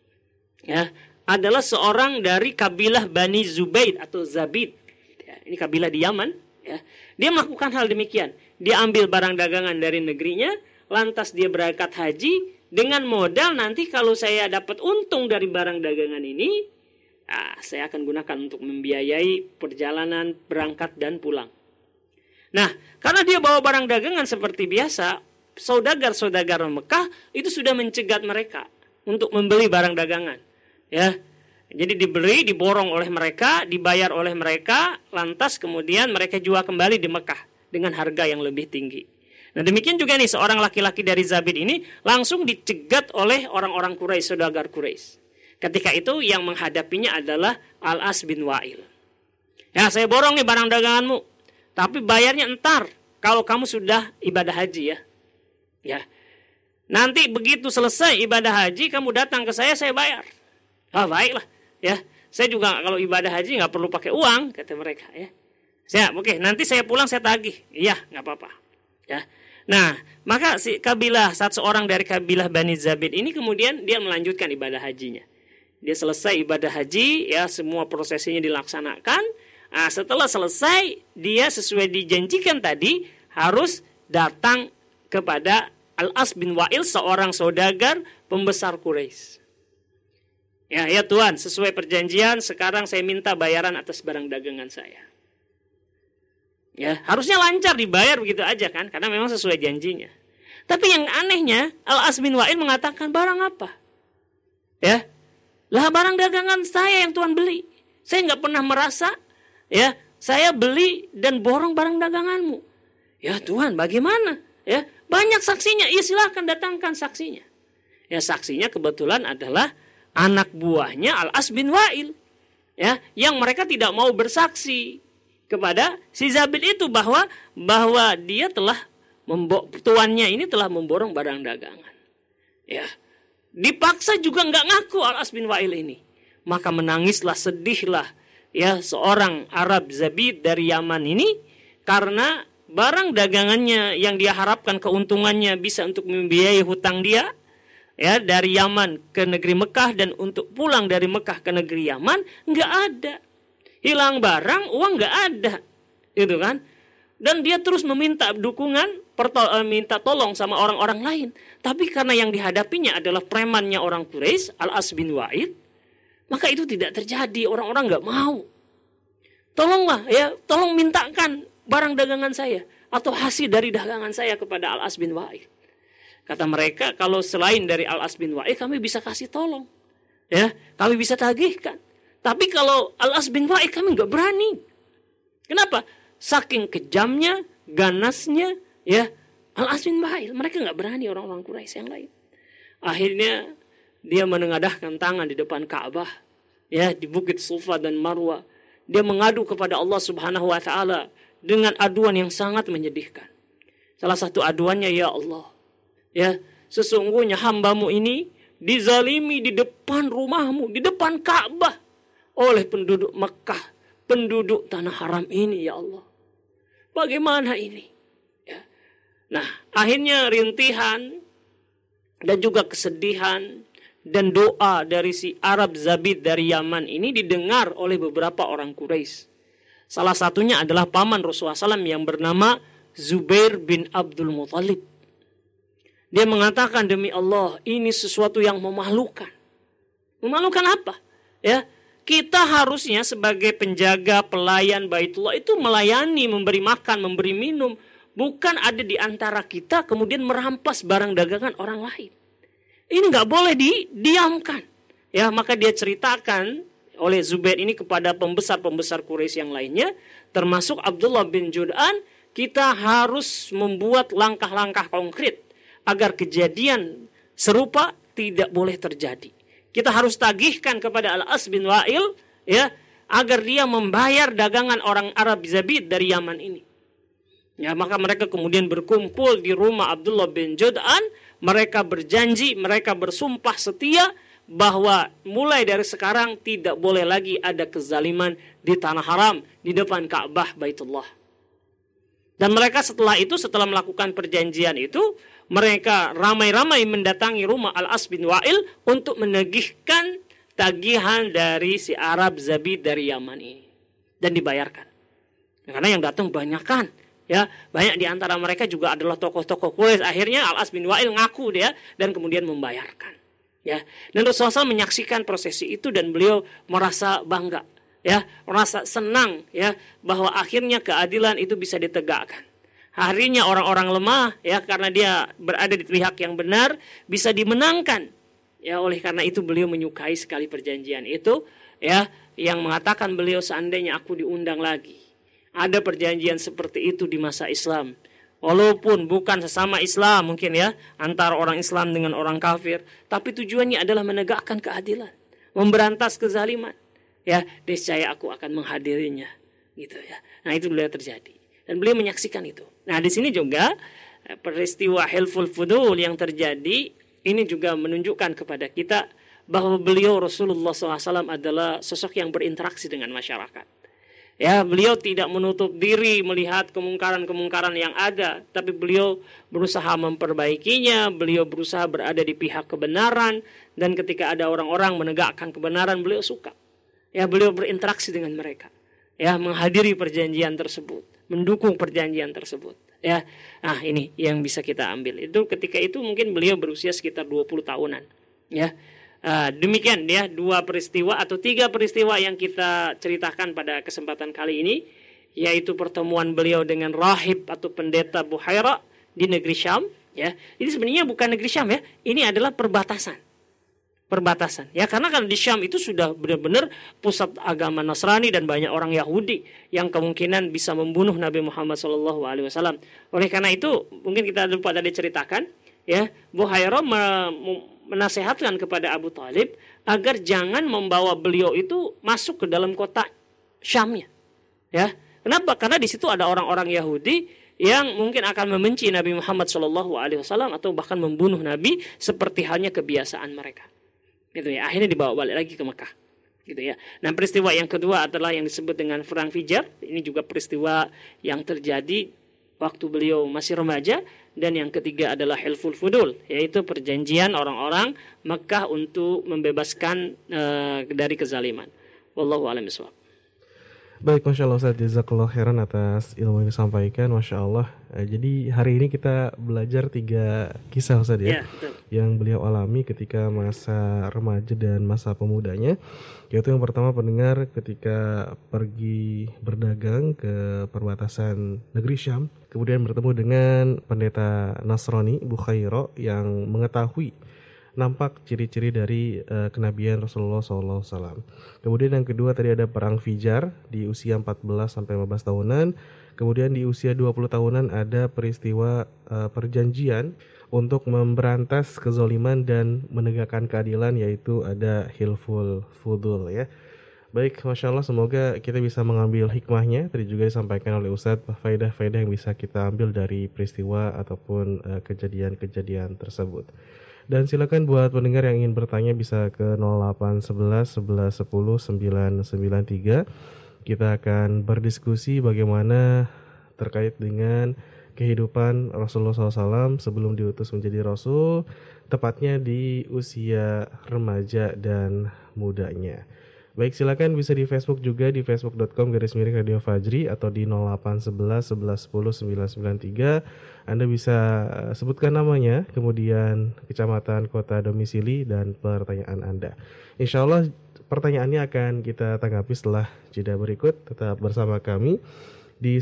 ya, adalah seorang dari kabilah Bani Zubaid atau Zabid. Ya, ini kabilah di Yaman. Ya. Dia melakukan hal demikian. Dia ambil barang dagangan dari negerinya, lantas dia berangkat haji dengan modal nanti kalau saya dapat untung dari barang dagangan ini, saya akan gunakan untuk membiayai perjalanan berangkat dan pulang. Nah, karena dia bawa barang dagangan seperti biasa, saudagar-saudagar Mekah itu sudah mencegat mereka untuk membeli barang dagangan. Ya, jadi dibeli, diborong oleh mereka, dibayar oleh mereka, lantas kemudian mereka jual kembali di Mekah dengan harga yang lebih tinggi. Nah, demikian juga nih seorang laki-laki dari Zabid ini langsung dicegat oleh orang-orang Quraisy, saudagar Quraisy. Ketika itu yang menghadapinya adalah Al-As bin Wa'il. Ya, saya borong nih barang daganganmu, tapi bayarnya entar kalau kamu sudah ibadah haji, ya. Ya. Nanti begitu selesai ibadah haji kamu datang ke saya bayar. Baiklah, ya. Saya juga kalau ibadah haji nggak perlu pakai uang, kata mereka, ya. Siap, oke. Nanti saya pulang saya tagih. Iya, nggak apa-apa, ya. Nah, maka seorang dari kabilah Bani Zabid ini kemudian dia melanjutkan ibadah hajinya. Dia selesai ibadah haji, ya, semua prosesnya dilaksanakan. Nah, setelah selesai, dia sesuai dijanjikan tadi harus datang kepada Al-As bin Wa'il, seorang saudagar pembesar Quraisy. Ya Tuhan, sesuai perjanjian sekarang saya minta bayaran atas barang dagangan saya. Ya, harusnya lancar dibayar begitu aja kan, karena memang sesuai janjinya. Tapi yang anehnya, Al-As bin Wa'il mengatakan, barang apa? Ya, lah barang dagangan saya yang Tuhan beli. Saya nggak pernah merasa, ya, saya beli dan borong barang daganganmu. Ya Tuhan, bagaimana? Ya, banyak saksinya. Iya, silahkan datangkan saksinya. Ya, saksinya kebetulan adalah anak buahnya Al-As bin Wa'il, ya, yang mereka tidak mau bersaksi kepada si Zabid itu bahwa dia telah tuannya ini telah memborong barang dagangan. Ya, dipaksa juga nggak ngaku Al-As bin Wa'il ini. Maka menangislah, sedihlah ya seorang Arab Zabid dari Yaman ini, karena barang dagangannya yang dia harapkan keuntungannya bisa untuk membiayai hutang dia ya dari Yaman ke negeri Mekah, dan untuk pulang dari Mekah ke negeri Yaman nggak ada. Hilang barang, uang nggak ada, gitu kan? Dan dia terus meminta dukungan, minta tolong sama orang-orang lain. Tapi karena yang dihadapinya adalah premannya orang Quraisy, Al-As bin Wa'il, maka itu tidak terjadi. Orang-orang nggak mau. Tolonglah ya, tolong mintakan barang dagangan saya atau hasil dari dagangan saya kepada Al-As bin Wa'il. Kata mereka, kalau selain dari Al-As bin Wa'il kami bisa kasih tolong, ya, kami bisa tagihkan. Tapi kalau Al-As bin Wa'il kami nggak berani. Kenapa? Saking kejamnya, ganasnya, ya, Al-As bin Wa'il. Mereka nggak berani, orang-orang Quraisy yang lain. Akhirnya dia menengadahkan tangan di depan Ka'bah, ya, di Bukit Safa dan Marwah. Dia mengadu kepada Allah Subhanahu wa Ta'ala dengan aduan yang sangat menyedihkan. Salah satu aduannya, ya Allah, ya, sesungguhnya hambamu ini dizalimi di depan rumahmu, di depan Ka'bah oleh penduduk Mekah, penduduk tanah haram ini, ya Allah. Bagaimana ini? Ya. Nah, akhirnya rintihan dan juga kesedihan dan doa dari si Arab Zabid dari Yaman ini didengar oleh beberapa orang Quraisy. Salah satunya adalah paman Rasulullah SAW yang bernama Zubair bin Abdul Muthalib. Dia mengatakan, demi Allah, ini sesuatu yang memalukan. Memalukan apa? Ya, kita harusnya sebagai penjaga, pelayan Baitullah itu melayani, memberi makan, memberi minum. Bukan ada di antara kita kemudian merampas barang dagangan orang lain. Ini nggak boleh didiamkan. Ya, maka dia ceritakan oleh Zubair ini kepada pembesar-pembesar Quraisy yang lainnya, termasuk Abdullah bin Jud'an, kita harus membuat langkah-langkah konkret agar kejadian serupa tidak boleh terjadi. Kita harus tagihkan kepada Al-As bin Wa'il, ya, agar dia membayar dagangan orang Arab Zabid dari Yaman ini. Ya, maka mereka kemudian berkumpul di rumah Abdullah bin Jud'an. Mereka berjanji, mereka bersumpah setia bahwa mulai dari sekarang tidak boleh lagi ada kezaliman di tanah haram, di depan Ka'bah Baitullah. Dan mereka setelah melakukan perjanjian itu, mereka ramai-ramai mendatangi rumah Al-As bin Wa'il untuk menagihkan tagihan dari si Arab Zabid dari Yaman ini. Dan dibayarkan. Karena yang datang banyakan. Ya, banyak di antara mereka juga adalah tokoh-tokoh Quraisy. Akhirnya Al-As bin Wa'il ngaku dia dan kemudian membayarkan. Ya, dan Rasulullah SAW menyaksikan prosesi itu dan beliau merasa bangga, ya, merasa senang, ya, bahwa akhirnya keadilan itu bisa ditegakkan. Harinya orang-orang lemah, ya, karena dia berada di pihak yang benar, bisa dimenangkan. Ya, oleh karena itu beliau menyukai sekali perjanjian itu, ya, yang mengatakan beliau, seandainya aku diundang lagi, ada perjanjian seperti itu di masa Islam. Walaupun bukan sesama Islam mungkin, ya, antara orang Islam dengan orang kafir, tapi tujuannya adalah menegakkan keadilan, memberantas kezaliman. Ya, niscaya aku akan menghadirinya, gitu ya. Nah, itu beliau terjadi dan beliau menyaksikan itu. Nah, di sini juga peristiwa Hilful Fudul yang terjadi ini juga menunjukkan kepada kita bahwa beliau Rasulullah SAW adalah sosok yang berinteraksi dengan masyarakat. Ya, beliau tidak menutup diri melihat kemungkaran-kemungkaran yang ada, tapi beliau berusaha memperbaikinya, beliau berusaha berada di pihak kebenaran, dan ketika ada orang-orang menegakkan kebenaran, beliau suka. Ya, beliau berinteraksi dengan mereka. Ya, menghadiri perjanjian tersebut, mendukung perjanjian tersebut. Ya, nah ini yang bisa kita ambil. Itu ketika itu mungkin beliau berusia sekitar 20 tahunan. Ya. Demikian ya 2 peristiwa atau 3 peristiwa yang kita ceritakan pada kesempatan kali ini, yaitu pertemuan beliau dengan rahib atau pendeta Buhaira di negeri Syam, ya. Ini sebenarnya bukan negeri Syam, ya. Ini adalah perbatasan. Ya, karena kan di Syam itu sudah benar-benar pusat agama Nasrani dan banyak orang Yahudi yang kemungkinan bisa membunuh Nabi Muhammad SAW. Oleh karena itu mungkin kita lupa tadi ceritakan, ya, Buhaira menasehatkan kepada Abu Talib agar jangan membawa beliau itu masuk ke dalam kota Syamnya. Ya, kenapa? Karena di situ ada orang-orang Yahudi yang mungkin akan membenci Nabi Muhammad SAW atau bahkan membunuh Nabi seperti halnya kebiasaan mereka. Gitu ya. Akhirnya dibawa balik lagi ke Mekah. gitu ya. Nah, peristiwa yang kedua adalah yang disebut dengan perang Fijar. Ini juga peristiwa yang terjadi waktu beliau masih remaja. Dan yang ketiga adalah Hilful Fudul, yaitu perjanjian orang-orang Mekah untuk membebaskan dari kezaliman. Wallahu a'lam bishawab. Baik, Masya Allah Ustaz, jazakallah khairan atas ilmu yang disampaikan, Masya Allah. Jadi hari ini kita belajar 3 kisah Ustaz ya, yang beliau alami ketika masa remaja dan masa pemudanya. Yaitu yang pertama pendengar ketika pergi berdagang ke perbatasan negeri Syam, kemudian bertemu dengan pendeta Nasrani Bukhairo yang mengetahui nampak ciri-ciri dari kenabian Rasulullah SAW. Kemudian yang kedua tadi ada perang Fijar di usia 14 sampai 15 tahunan. Kemudian di usia 20 tahunan ada peristiwa perjanjian untuk memberantas kezaliman dan menegakkan keadilan, yaitu ada Hilful Fudul ya. Baik, Masya Allah, semoga kita bisa mengambil hikmahnya. Tadi juga disampaikan oleh Ustadz faedah-faedah yang bisa kita ambil dari peristiwa ataupun kejadian-kejadian tersebut. Dan silakan buat pendengar yang ingin bertanya bisa ke 0811 11 10 993. Kita akan berdiskusi bagaimana terkait dengan kehidupan Rasulullah SAW sebelum diutus menjadi Rasul, tepatnya di usia remaja dan mudanya. Baik, silakan bisa di Facebook juga di facebook.com/Radio Fajri atau di 0811 11 10 993. Anda bisa sebutkan namanya, kemudian kecamatan, kota domisili, dan pertanyaan Anda. Insya Allah pertanyaannya akan kita tanggapi setelah jeda berikut. Tetap bersama kami di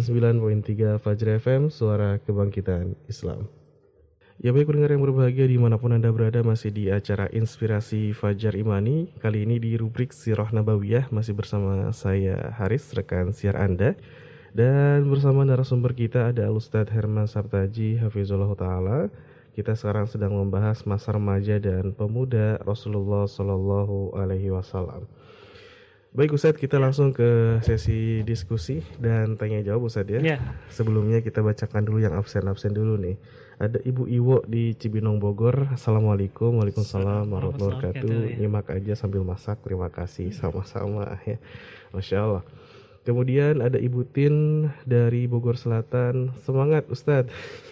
99.3 Fajri FM, Suara Kebangkitan Islam. Ya baik pendengar yang berbahagia dimanapun Anda berada, masih di acara Inspirasi Fajar Imani. Kali ini di rubrik Sirah Nabawiyah, masih bersama saya Haris, rekan siar Anda. Dan bersama narasumber kita ada Ustadz Herman Sartaji Hafizullah Ta'ala. Kita sekarang sedang membahas masa remaja dan pemuda Rasulullah Sallallahu Alaihi Wasallam. Baik Ustadz, kita langsung ke sesi diskusi dan tanya jawab Ustadz ya. Sebelumnya kita bacakan dulu yang absen-absen dulu nih. Ada Ibu Iwo di Cibinong Bogor. Assalamualaikum. Waalaikumsalam warahmatullahi wabarakatuh. Nyimak aja sambil masak. Terima kasih. Sama-sama ya. Masya Allah. Kemudian ada Ibu Tin dari Bogor Selatan. Semangat Ustadz.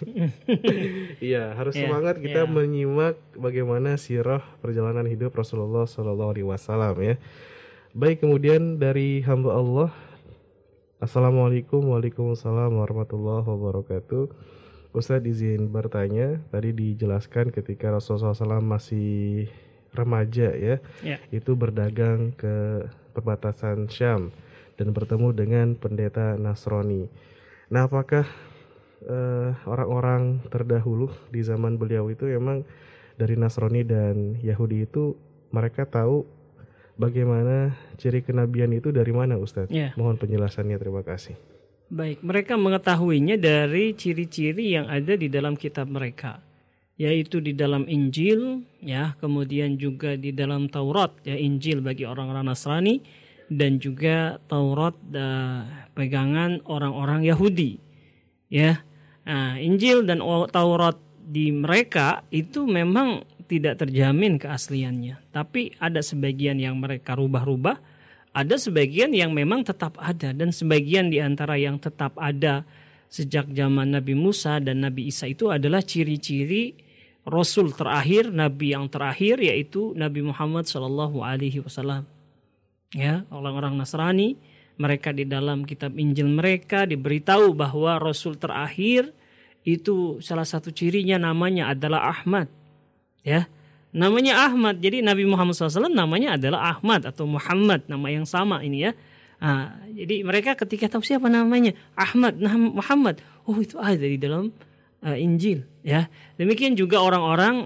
Iya, harus semangat kita menyimak bagaimana sirah perjalanan hidup Rasulullah SAW ya. Baik, kemudian dari hamba Allah. Assalamualaikum. Waalaikumsalam warahmatullahi wabarakatuh. Ustadz izin bertanya, tadi dijelaskan ketika Rasulullah SAW masih remaja ya, itu berdagang ke perbatasan Syam dan bertemu dengan pendeta Nasrani. Nah, apakah orang-orang terdahulu di zaman beliau itu memang dari Nasrani dan Yahudi itu mereka tahu bagaimana ciri kenabian itu dari mana Ustadz? Mohon penjelasannya, terima kasih. Baik, mereka mengetahuinya dari ciri-ciri yang ada di dalam kitab mereka, yaitu di dalam Injil, ya, kemudian juga di dalam Taurat, ya, Injil bagi orang-orang Nasrani dan juga Taurat pegangan orang-orang Yahudi, ya. Nah, Injil dan Taurat di mereka itu memang tidak terjamin keasliannya, tapi ada sebagian yang mereka rubah-rubah. Ada sebagian yang memang tetap ada, dan sebagian di antara yang tetap ada sejak zaman Nabi Musa dan Nabi Isa itu adalah ciri-ciri Rasul terakhir, Nabi yang terakhir, yaitu Nabi Muhammad SAW. Ya, orang-orang Nasrani, mereka di dalam kitab Injil mereka diberitahu bahwa Rasul terakhir itu salah satu cirinya namanya adalah Ahmad. Ya. Namanya Ahmad, jadi Nabi Muhammad SAW namanya adalah Ahmad atau Muhammad, nama yang sama ini ya. Nah, jadi mereka ketika tahu siapa namanya Ahmad, Muhammad, oh itu ada di dalam Injil ya. Demikian juga orang-orang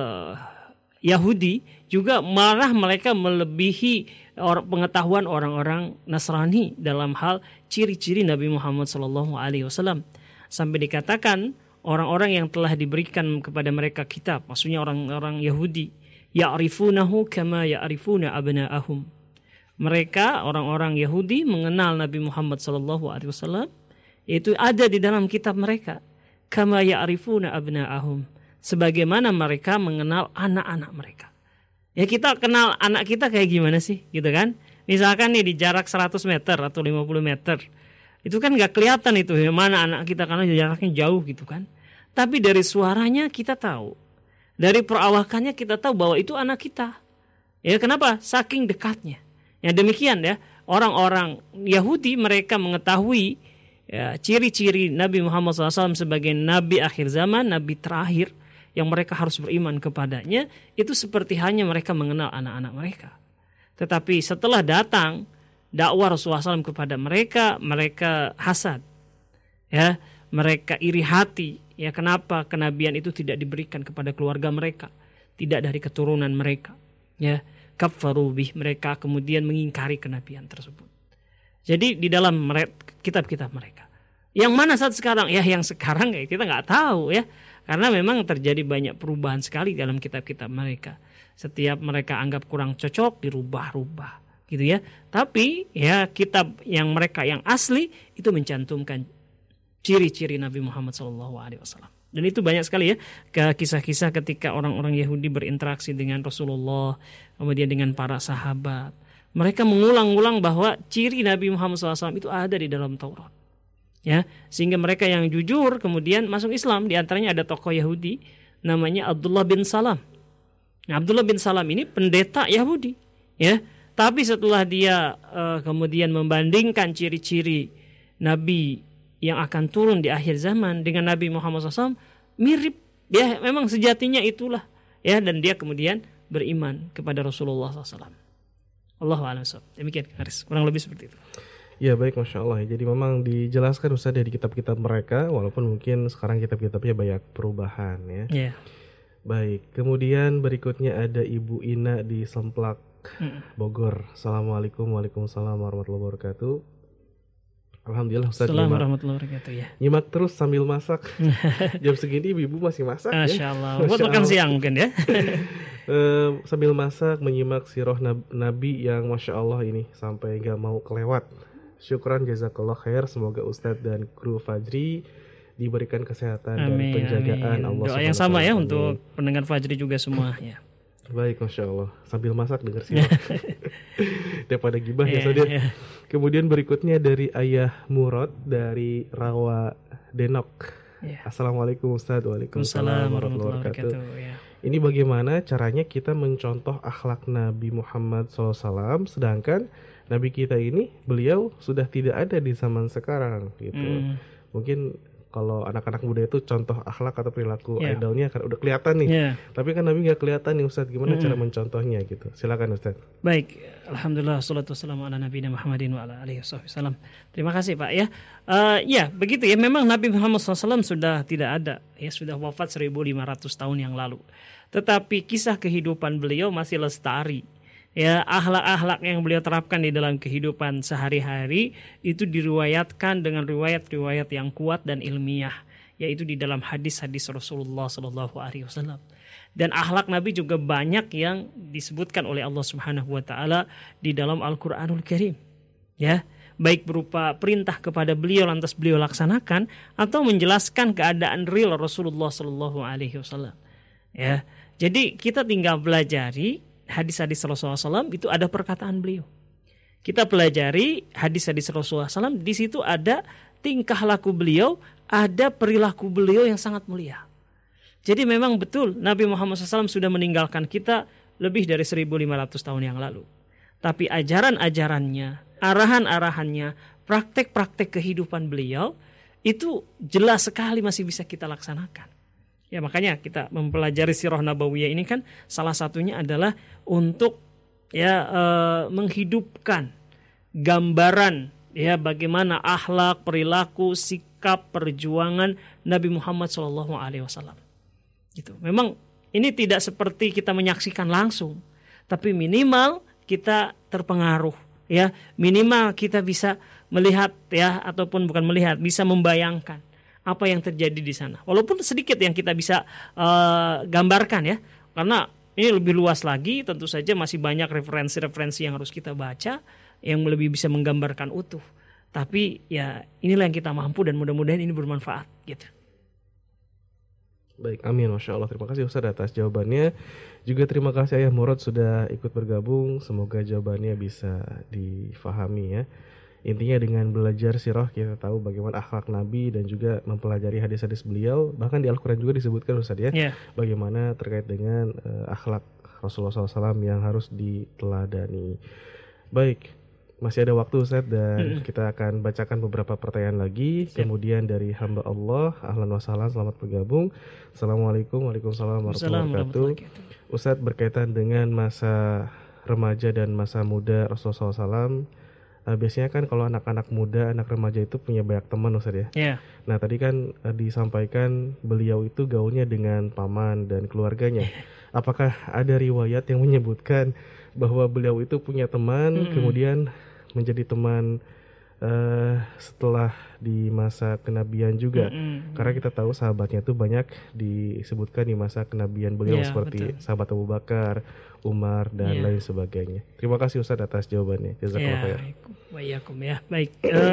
Yahudi juga marah, mereka melebihi pengetahuan orang-orang Nasrani dalam hal ciri-ciri Nabi Muhammad SAW. Sampai dikatakan orang-orang yang telah diberikan kepada mereka kitab, maksudnya orang-orang Yahudi, ya'rifunahu kama ya'rifuna abna'ahum. Mereka orang-orang Yahudi mengenal Nabi Muhammad SAW, itu ada di dalam kitab mereka, kama ya'rifuna abna'ahum, sebagaimana mereka mengenal anak-anak mereka. Ya kita kenal anak kita kayak gimana sih gitu kan. Misalkan nih di jarak 100 meter atau 50 meter. Itu kan gak kelihatan itu ya, mana anak kita karena jaraknya jauh gitu kan. Tapi dari suaranya kita tahu. Dari perawakannya kita tahu bahwa itu anak kita. Ya kenapa? Saking dekatnya. Ya demikian ya. Orang-orang Yahudi mereka mengetahui ya, ciri-ciri Nabi Muhammad SAW sebagai Nabi akhir zaman, Nabi terakhir yang mereka harus beriman kepadanya. Itu seperti hanya mereka mengenal anak-anak mereka. Tetapi setelah datang dakwah Rasulullah SAW kepada mereka, mereka hasad. Ya, mereka iri hati. Ya kenapa kenabian itu tidak diberikan kepada keluarga mereka, tidak dari keturunan mereka. Ya, kafaru bih, mereka kemudian mengingkari kenabian tersebut. Jadi di dalam kitab-kitab mereka. Yang mana saat sekarang? Ya yang sekarang ya kita nggak tahu ya. Karena memang terjadi banyak perubahan sekali dalam kitab-kitab mereka. Setiap mereka anggap kurang cocok dirubah-rubah gitu ya. Tapi ya kitab yang mereka yang asli itu mencantumkan ciri-ciri Nabi Muhammad SAW. Dan itu banyak sekali ya kisah-kisah ketika orang-orang Yahudi berinteraksi dengan Rasulullah, kemudian dengan para sahabat. Mereka mengulang-ulang bahwa ciri Nabi Muhammad SAW itu ada di dalam Taurat. Ya, sehingga mereka yang jujur kemudian masuk Islam. Di antaranya ada tokoh Yahudi namanya Abdullah bin Salam. Nah, Abdullah bin Salam ini pendeta Yahudi, ya. Tapi setelah dia kemudian membandingkan ciri-ciri Nabi yang akan turun di akhir zaman dengan Nabi Muhammad SAW, mirip, ya memang sejatinya itulah, ya. Dan dia kemudian beriman kepada Rasulullah SAW. Allahu a'lam. Demikian, Haris. Kurang lebih seperti itu. Ya baik, Masya Allah. Jadi memang dijelaskan Ustaz di kitab-kitab mereka, walaupun mungkin sekarang kitab-kitabnya banyak perubahan ya. Yeah. Baik, kemudian berikutnya ada Ibu Ina di Semplak, Bogor. Assalamualaikum, waalaikumsalam warahmatullahi wabarakatuh. Alhamdulillah Ustaz. Assalamualaikum warahmatullahi wabarakatuh ya. Nyimak terus sambil masak. Jam segini ibu masih masak ya. Masya Allah. Buat makan siang mungkin ya. Sambil masak menyimak sirah Nabi yang Masya Allah ini sampai gak mau kelewat. Syukran jazakallah khair. Semoga Ustadz dan kru Fajri diberikan kesehatan dan penjagaan Allah. Doa yang sama ya untuk pendengar Fajri juga semua ya. Baik, Masya Allah. Sambil masak dengar sirah. Daripada gibah ya Ustadz. Kemudian berikutnya dari Ayah Murad dari Rawa Denok. Assalamualaikum Ustadz. Waalaikumsalam warahmatullahi wabarakatuh. Ini bagaimana caranya kita mencontoh akhlak Nabi Muhammad SAW, sedangkan Nabi kita ini beliau sudah tidak ada di zaman sekarang gitu. Mungkin kalau anak-anak muda itu contoh akhlak atau perilaku idolnya kan udah kelihatan nih. Tapi kan Nabi nggak kelihatan nih Ustadz. Gimana cara mencontohnya gitu? Silakan Ustadz. Baik, alhamdulillah wassalatu wassalamu ala nabiyina Muhammadin wa ala alihi wasallam. Terima kasih Pak ya. Ya begitu ya. Memang Nabi Muhammad SAW sudah tidak ada ya, sudah wafat 1500 tahun yang lalu. Tetapi kisah kehidupan beliau masih lestari. Ya, akhlak-akhlak yang beliau terapkan di dalam kehidupan sehari-hari itu diriwayatkan dengan riwayat-riwayat yang kuat dan ilmiah, yaitu di dalam hadis-hadis Rasulullah SAW. Dan akhlak Nabi juga banyak yang disebutkan oleh Allah Subhanahu wa taala di dalam Al-Qur'anul Karim. Ya, baik berupa perintah kepada beliau lantas beliau laksanakan atau menjelaskan keadaan real Rasulullah SAW. Ya, jadi kita tinggal pelajari hadis-hadis Rasulullah SAW itu ada perkataan beliau. Kita pelajari hadis-hadis Rasulullah SAW, di situ ada tingkah laku beliau, ada perilaku beliau yang sangat mulia. Jadi memang betul Nabi Muhammad SAW sudah meninggalkan kita lebih dari 1500 tahun yang lalu. Tapi ajaran-ajarannya, arahan-arahannya, praktek-praktek kehidupan beliau itu jelas sekali masih bisa kita laksanakan. Ya makanya kita mempelajari sirah nabawiyah ini kan salah satunya adalah untuk ya menghidupkan gambaran ya bagaimana akhlak, perilaku, sikap, perjuangan Nabi Muhammad SAW. Gitu. Memang ini tidak seperti kita menyaksikan langsung, tapi minimal kita terpengaruh ya, minimal kita bisa melihat ya ataupun bukan melihat, bisa membayangkan apa yang terjadi di sana. Walaupun sedikit yang kita bisa gambarkan ya. Karena ini lebih luas lagi, tentu saja masih banyak referensi-referensi yang harus kita baca yang lebih bisa menggambarkan utuh. Tapi ya inilah yang kita mampu dan mudah-mudahan ini bermanfaat gitu. Baik, amin, Masya Allah. Terima kasih Ustaz atas jawabannya. Juga terima kasih Ayah Murad sudah ikut bergabung. Semoga jawabannya bisa difahami ya. Intinya dengan belajar sirah kita tahu bagaimana akhlak Nabi dan juga mempelajari hadis-hadis beliau. Bahkan di Al-Quran juga disebutkan Ustaz ya, bagaimana terkait dengan akhlak Rasulullah SAW yang harus diteladani. Baik, masih ada waktu Ustaz dan kita akan bacakan beberapa pertanyaan lagi. Kemudian dari hamba Allah, ahlan wa sahlan, selamat bergabung. Assalamualaikum warahmatullahi wabarakatuh. Ustaz, berkaitan dengan masa remaja dan masa muda Rasulullah SAW, biasanya kan kalau anak-anak muda, anak remaja itu punya banyak teman Ustaz ya. Nah tadi kan disampaikan beliau itu gaulnya dengan paman dan keluarganya. Apakah ada riwayat yang menyebutkan bahwa beliau itu punya teman, kemudian menjadi teman setelah di masa kenabian juga? Karena kita tahu sahabatnya itu banyak disebutkan di masa kenabian beliau, seperti sahabat Abu Bakar, Umar dan lain sebagainya. Terima kasih Ustaz atas jawabannya. Jazakallahu khair. Baik.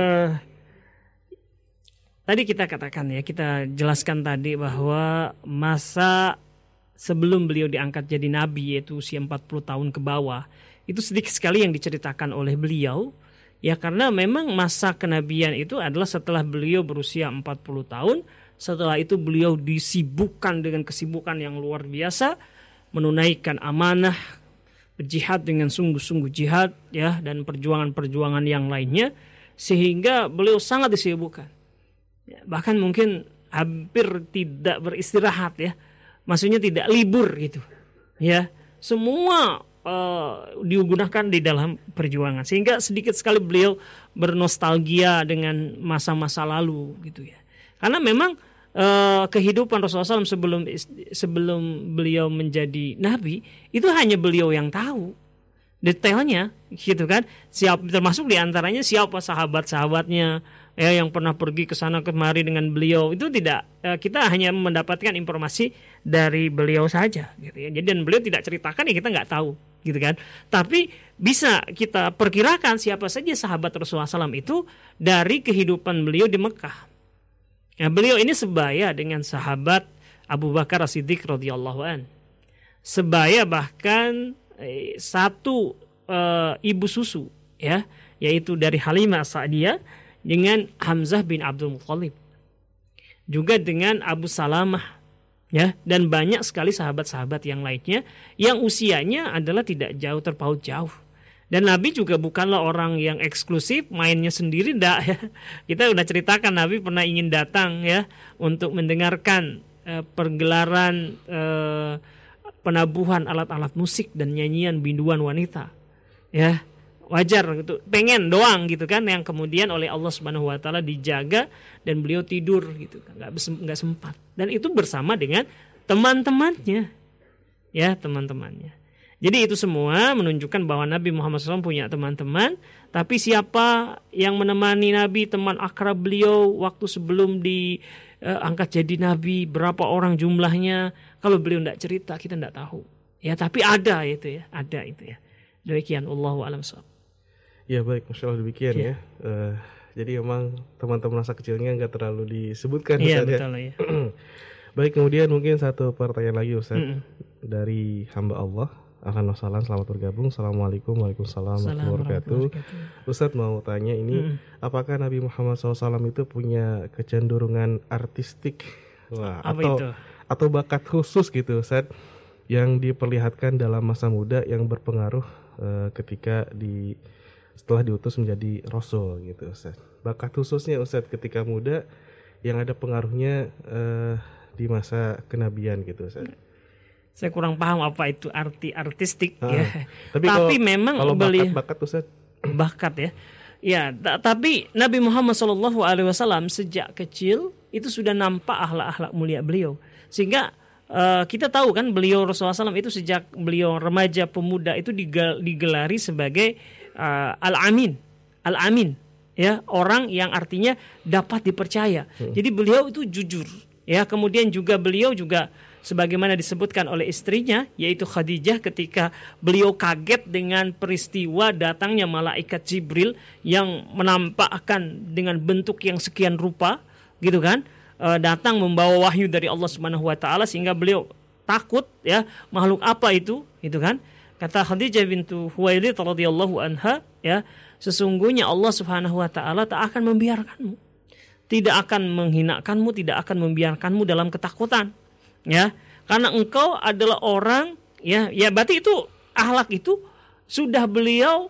Tadi kita katakan ya, kita jelaskan tadi bahwa masa sebelum beliau diangkat jadi nabi, yaitu usia 40 tahun ke bawah, itu sedikit sekali yang diceritakan oleh beliau. Ya karena memang masa kenabian itu adalah setelah beliau berusia 40 tahun. Setelah itu beliau disibukkan dengan kesibukan yang luar biasa, menunaikan amanah, berjihad dengan sungguh-sungguh jihad ya, dan perjuangan-perjuangan yang lainnya, sehingga beliau sangat disibukkan ya, bahkan mungkin hampir tidak beristirahat ya, maksudnya tidak libur gitu ya, semua digunakan di dalam perjuangan, sehingga sedikit sekali beliau bernostalgia dengan masa-masa lalu gitu ya. Karena memang kehidupan Rasulullah SAW sebelum beliau menjadi nabi itu hanya beliau yang tahu detailnya gitu kan. Termasuk diantaranya siapa sahabat-sahabatnya ya, yang pernah pergi ke sana kemari dengan beliau, itu tidak, kita hanya mendapatkan informasi dari beliau saja gitu ya. Jadi dan beliau tidak ceritakan ya, kita nggak tahu gitu kan. Tapi bisa kita perkirakan siapa saja sahabat Rasulullah SAW itu dari kehidupan beliau di Mekah. Nah, beliau ini sebaya dengan sahabat Abu Bakar As-Siddiq radhiyallahu an. Sebaya bahkan satu ibu susu ya, yaitu dari Halimah As-Sa'diyah dengan Hamzah bin Abdul Muthalib. Juga dengan Abu Salamah ya, dan banyak sekali sahabat-sahabat yang lainnya yang usianya adalah tidak jauh terpaut jauh. Dan Nabi juga bukanlah orang yang eksklusif mainnya sendiri, enggak ya. Kita udah ceritakan Nabi pernah ingin datang ya untuk mendengarkan pergelaran penabuhan alat-alat musik dan nyanyian binduan wanita. Ya, wajar gitu. Pengen doang gitu kan, yang kemudian oleh Allah Subhanahu wa taala dijaga dan beliau tidur gitu kan. Enggak sempat. Dan itu bersama dengan teman-temannya. Ya, teman-temannya. Jadi itu semua menunjukkan bahwa Nabi Muhammad SAW punya teman-teman. Tapi siapa yang menemani Nabi, teman akrab beliau waktu sebelum diangkat jadi Nabi, berapa orang jumlahnya, kalau beliau tidak cerita kita tidak tahu. Ya, tapi ada itu ya, ada itu ya. Demikian, Allahu a'lam shawab. Ya baik, Masya Allah demikian ya. Jadi memang teman-teman masa kecilnya nggak terlalu disebutkan. Iya betul ya. Baik, kemudian mungkin satu pertanyaan lagi Ustaz dari hamba Allah. Ahlan wa sahlan, selamat bergabung. Assalamualaikum warahmatullahi wabarakatuh. Ustaz mau tanya ini, apakah Nabi Muhammad SAW itu punya kecenderungan artistik, atau bakat khusus gitu Ustaz, yang diperlihatkan dalam masa muda yang berpengaruh ketika setelah diutus menjadi Rasul gitu Ustaz. Bakat khususnya Ustaz ketika muda yang ada pengaruhnya di masa kenabian gitu Ustaz. Saya kurang paham apa itu arti artistik ya. Tapi memang kalau bakat Ustaz. Bakat ya. Ya, tapi Nabi Muhammad SAW sejak kecil itu sudah nampak akhlak-akhlak mulia beliau. Sehingga kita tahu kan beliau Rasulullah SAW itu sejak beliau remaja pemuda itu digelari sebagai Al-Amin. Al-Amin ya, orang yang artinya dapat dipercaya. Jadi beliau itu jujur ya. Kemudian juga beliau juga sebagaimana disebutkan oleh istrinya yaitu Khadijah ketika beliau kaget dengan peristiwa datangnya malaikat Jibril yang menampakkan dengan bentuk yang sekian rupa gitu kan. datang membawa wahyu dari Allah Subhanahu wa taala sehingga beliau takut, ya, makhluk apa itu kan? Kata Khadijah bintu Khuwailid radhiyallahu anha, ya, sesungguhnya Allah Subhanahu wa taala tak akan membiarkanmu, tidak akan menghinakanmu, tidak akan membiarkanmu dalam ketakutan, ya, karena engkau adalah orang, ya berarti itu akhlak itu sudah beliau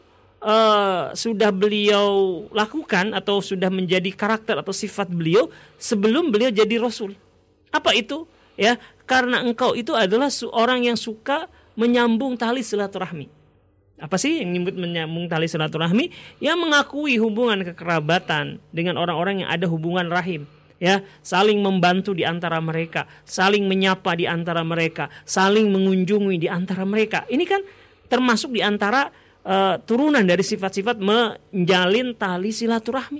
lakukan atau sudah menjadi karakter atau sifat beliau sebelum beliau jadi rasul. Apa itu? Ya, karena engkau itu adalah orang yang suka menyambung tali silaturahmi. Apa sih yang menyebut menyambung tali silaturahmi? Ya, mengakui hubungan kekerabatan dengan orang-orang yang ada hubungan rahim. Ya, saling membantu di antara mereka, saling menyapa di antara mereka, saling mengunjungi di antara mereka. Ini kan termasuk di antara turunan dari sifat-sifat menjalin tali silaturahmi.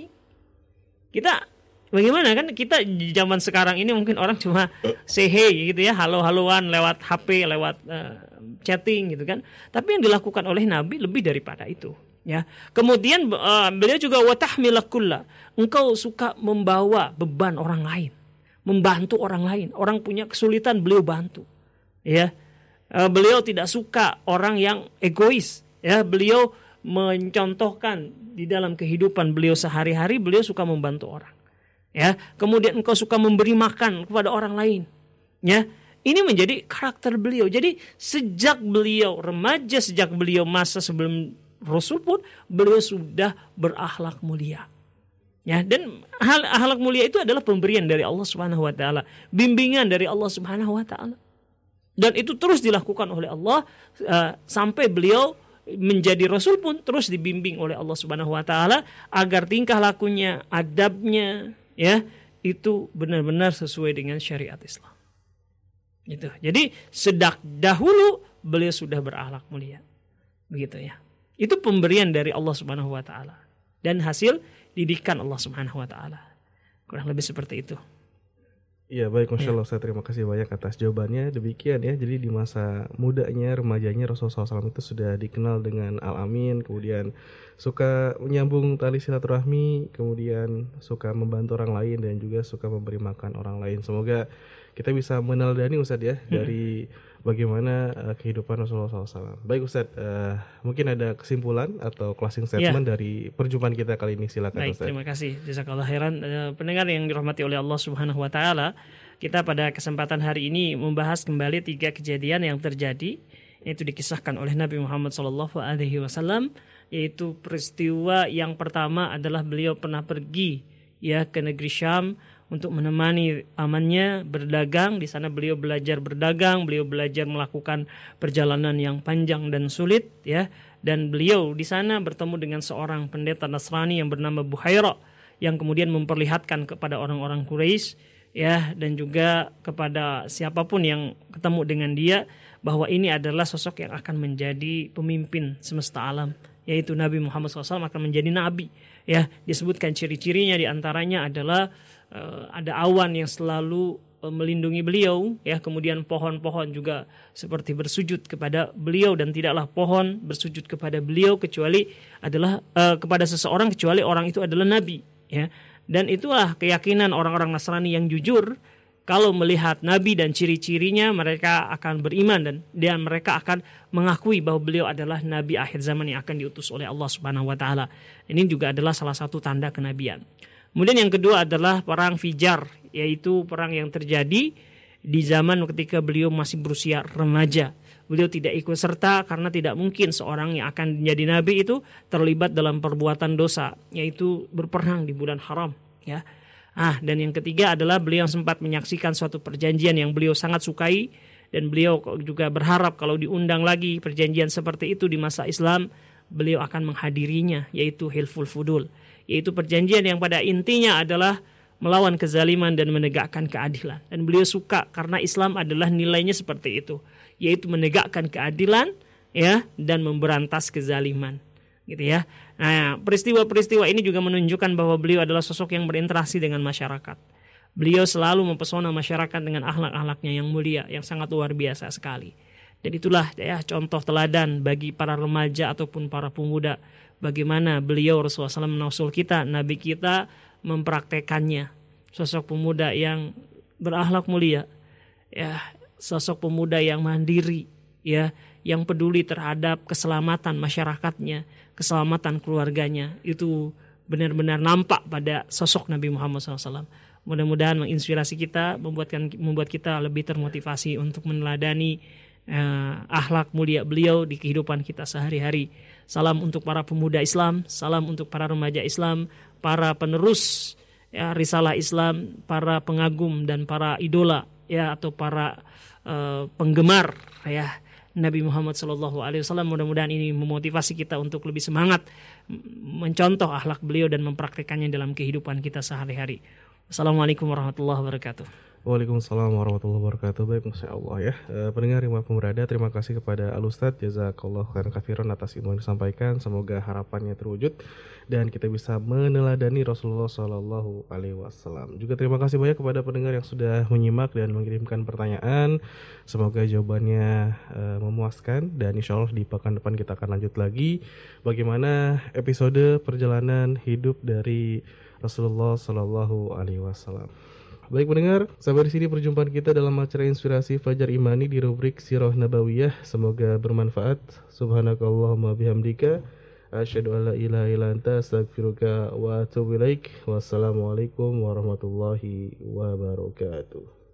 Kita bagaimana kan, kita di zaman sekarang ini mungkin orang cuma say hey gitu ya, halo-haloan lewat HP, lewat chatting gitu kan. Tapi yang dilakukan oleh Nabi lebih daripada itu, ya. Kemudian beliau juga watahmilakullah, engkau suka membawa beban orang lain, membantu orang lain. Orang punya kesulitan beliau bantu, ya. Beliau tidak suka orang yang egois, ya. Beliau mencontohkan di dalam kehidupan beliau sehari-hari, beliau suka membantu orang. Ya, kemudian engkau suka memberi makan kepada orang lain. Ya, ini menjadi karakter beliau. Jadi sejak beliau remaja, sejak beliau masa sebelum Rasul pun beliau sudah berakhlak mulia. Ya, dan akhlak mulia itu adalah pemberian dari Allah Subhanahu wa taala, bimbingan dari Allah Subhanahu wa taala. Dan itu terus dilakukan oleh Allah sampai beliau menjadi Rasul pun terus dibimbing oleh Allah Subhanahu wa taala agar tingkah lakunya, adabnya, ya, itu benar-benar sesuai dengan syariat Islam. Gitu. Jadi sejak dahulu beliau sudah berakhlak mulia. Begitu, ya. Itu pemberian dari Allah Subhanahu wa taala dan hasil didikan Allah Subhanahu wa taala. Kurang lebih seperti itu. Iya, baik, Masya Allah, saya terima kasih banyak atas jawabannya. Demikian, ya, jadi di masa mudanya, remajanya Rasulullah SAW itu sudah dikenal dengan Al-Amin, kemudian suka menyambung tali silaturahmi, kemudian suka membantu orang lain, dan juga suka memberi makan orang lain. Semoga kita bisa meneladani, Ustadz, ya, dari bagaimana kehidupan Rasulullah SAW. Baik, Ustadz, mungkin ada kesimpulan atau closing statement dari perjumpaan kita kali ini. Silakan, baik, Ustadz. terima kasih. Jazakallah khairan. Pendengar yang dirahmati oleh Allah Subhanahu wa taala, kita pada kesempatan hari ini membahas kembali 3 kejadian yang terjadi, yaitu dikisahkan oleh Nabi Muhammad SAW, yaitu peristiwa yang pertama adalah beliau pernah pergi, ya, ke negeri Syam untuk menemani pamannya berdagang. Di sana beliau belajar berdagang, beliau belajar melakukan perjalanan yang panjang dan sulit, ya. Dan beliau di sana bertemu dengan seorang pendeta Nasrani yang bernama Buhaira, yang kemudian memperlihatkan kepada orang-orang Quraisy, ya, dan juga kepada siapapun yang ketemu dengan dia bahwa ini adalah sosok yang akan menjadi pemimpin semesta alam, yaitu Nabi Muhammad SAW akan menjadi nabi, ya. Disebutkan ciri-cirinya diantaranya adalah ada awan yang selalu melindungi beliau, ya. Kemudian pohon-pohon juga seperti bersujud kepada beliau, dan tidaklah pohon bersujud kepada beliau kecuali adalah kepada seseorang kecuali orang itu adalah nabi, ya. Dan itulah keyakinan orang-orang Nasrani yang jujur. Kalau melihat nabi dan ciri-cirinya, mereka akan beriman dan mereka akan mengakui bahwa beliau adalah nabi akhir zaman yang akan diutus oleh Allah Subhanahu wa taala. Ini juga adalah salah satu tanda kenabian. Kemudian yang kedua adalah perang Fijar, yaitu perang yang terjadi di zaman ketika beliau masih berusia remaja. Beliau tidak ikut serta karena tidak mungkin seorang yang akan menjadi nabi itu terlibat dalam perbuatan dosa, yaitu berperang di bulan haram, ya. Dan yang ketiga adalah beliau sempat menyaksikan suatu perjanjian yang beliau sangat sukai, dan beliau juga berharap kalau diundang lagi perjanjian seperti itu di masa Islam, beliau akan menghadirinya, yaitu Hilful Fudul, yaitu perjanjian yang pada intinya adalah melawan kezaliman dan menegakkan keadilan. Dan beliau suka karena Islam adalah nilainya seperti itu, yaitu menegakkan keadilan, ya, dan memberantas kezaliman, gitu, ya. Nah, peristiwa-peristiwa ini juga menunjukkan bahwa beliau adalah sosok yang berinteraksi dengan masyarakat. Beliau selalu mempesona masyarakat dengan akhlak-akhlaknya yang mulia, yang sangat luar biasa sekali. Dan itulah, ya, contoh teladan bagi para remaja ataupun para pemuda, bagaimana beliau Rasulullah SAW menausul kita, Nabi kita mempraktekannya sosok pemuda yang berakhlak mulia, ya, sosok pemuda yang mandiri, ya, yang peduli terhadap keselamatan masyarakatnya, keselamatan keluarganya. Itu benar-benar nampak pada sosok Nabi Muhammad SAW. Mudah-mudahan menginspirasi kita, membuat kita lebih termotivasi untuk meneladani akhlak mulia beliau di kehidupan kita sehari-hari. Salam untuk para pemuda Islam, salam untuk para remaja Islam, para penerus ya, risalah Islam, para pengagum dan para idola ya, atau para penggemar ya Nabi Muhammad SAW. Mudah-mudahan ini memotivasi kita untuk lebih semangat mencontoh akhlak beliau dan mempraktekannya dalam kehidupan kita sehari-hari. Assalamualaikum warahmatullahi wabarakatuh. Waalaikumsalam warahmatullahi wabarakatuh. Baik, Masya Allah ya. Pendengar yang berada, terima kasih kepada Al-Ustadz Jazakallahu khairan katsiran atas ilmu yang disampaikan. Semoga harapannya terwujud dan kita bisa meneladani Rasulullah Shallallahu Alaihi Wasallam. Juga terima kasih banyak kepada pendengar yang sudah menyimak dan mengirimkan pertanyaan. Semoga jawabannya memuaskan dan insya Allah di pekan depan kita akan lanjut lagi bagaimana episode perjalanan hidup dari Rasulullah Shallallahu Alaihi Wasallam. Baik pendengar, sampai di sini perjumpaan kita dalam acara Inspirasi Fajar Imani di rubrik Sirah Nabawiyah. Semoga bermanfaat. Subhanakallahumma bihamdika asyhadu an la ilaha illa anta astaghfiruka wa atubu ilaik. Wassalamualaikum warahmatullahi wabarakatuh.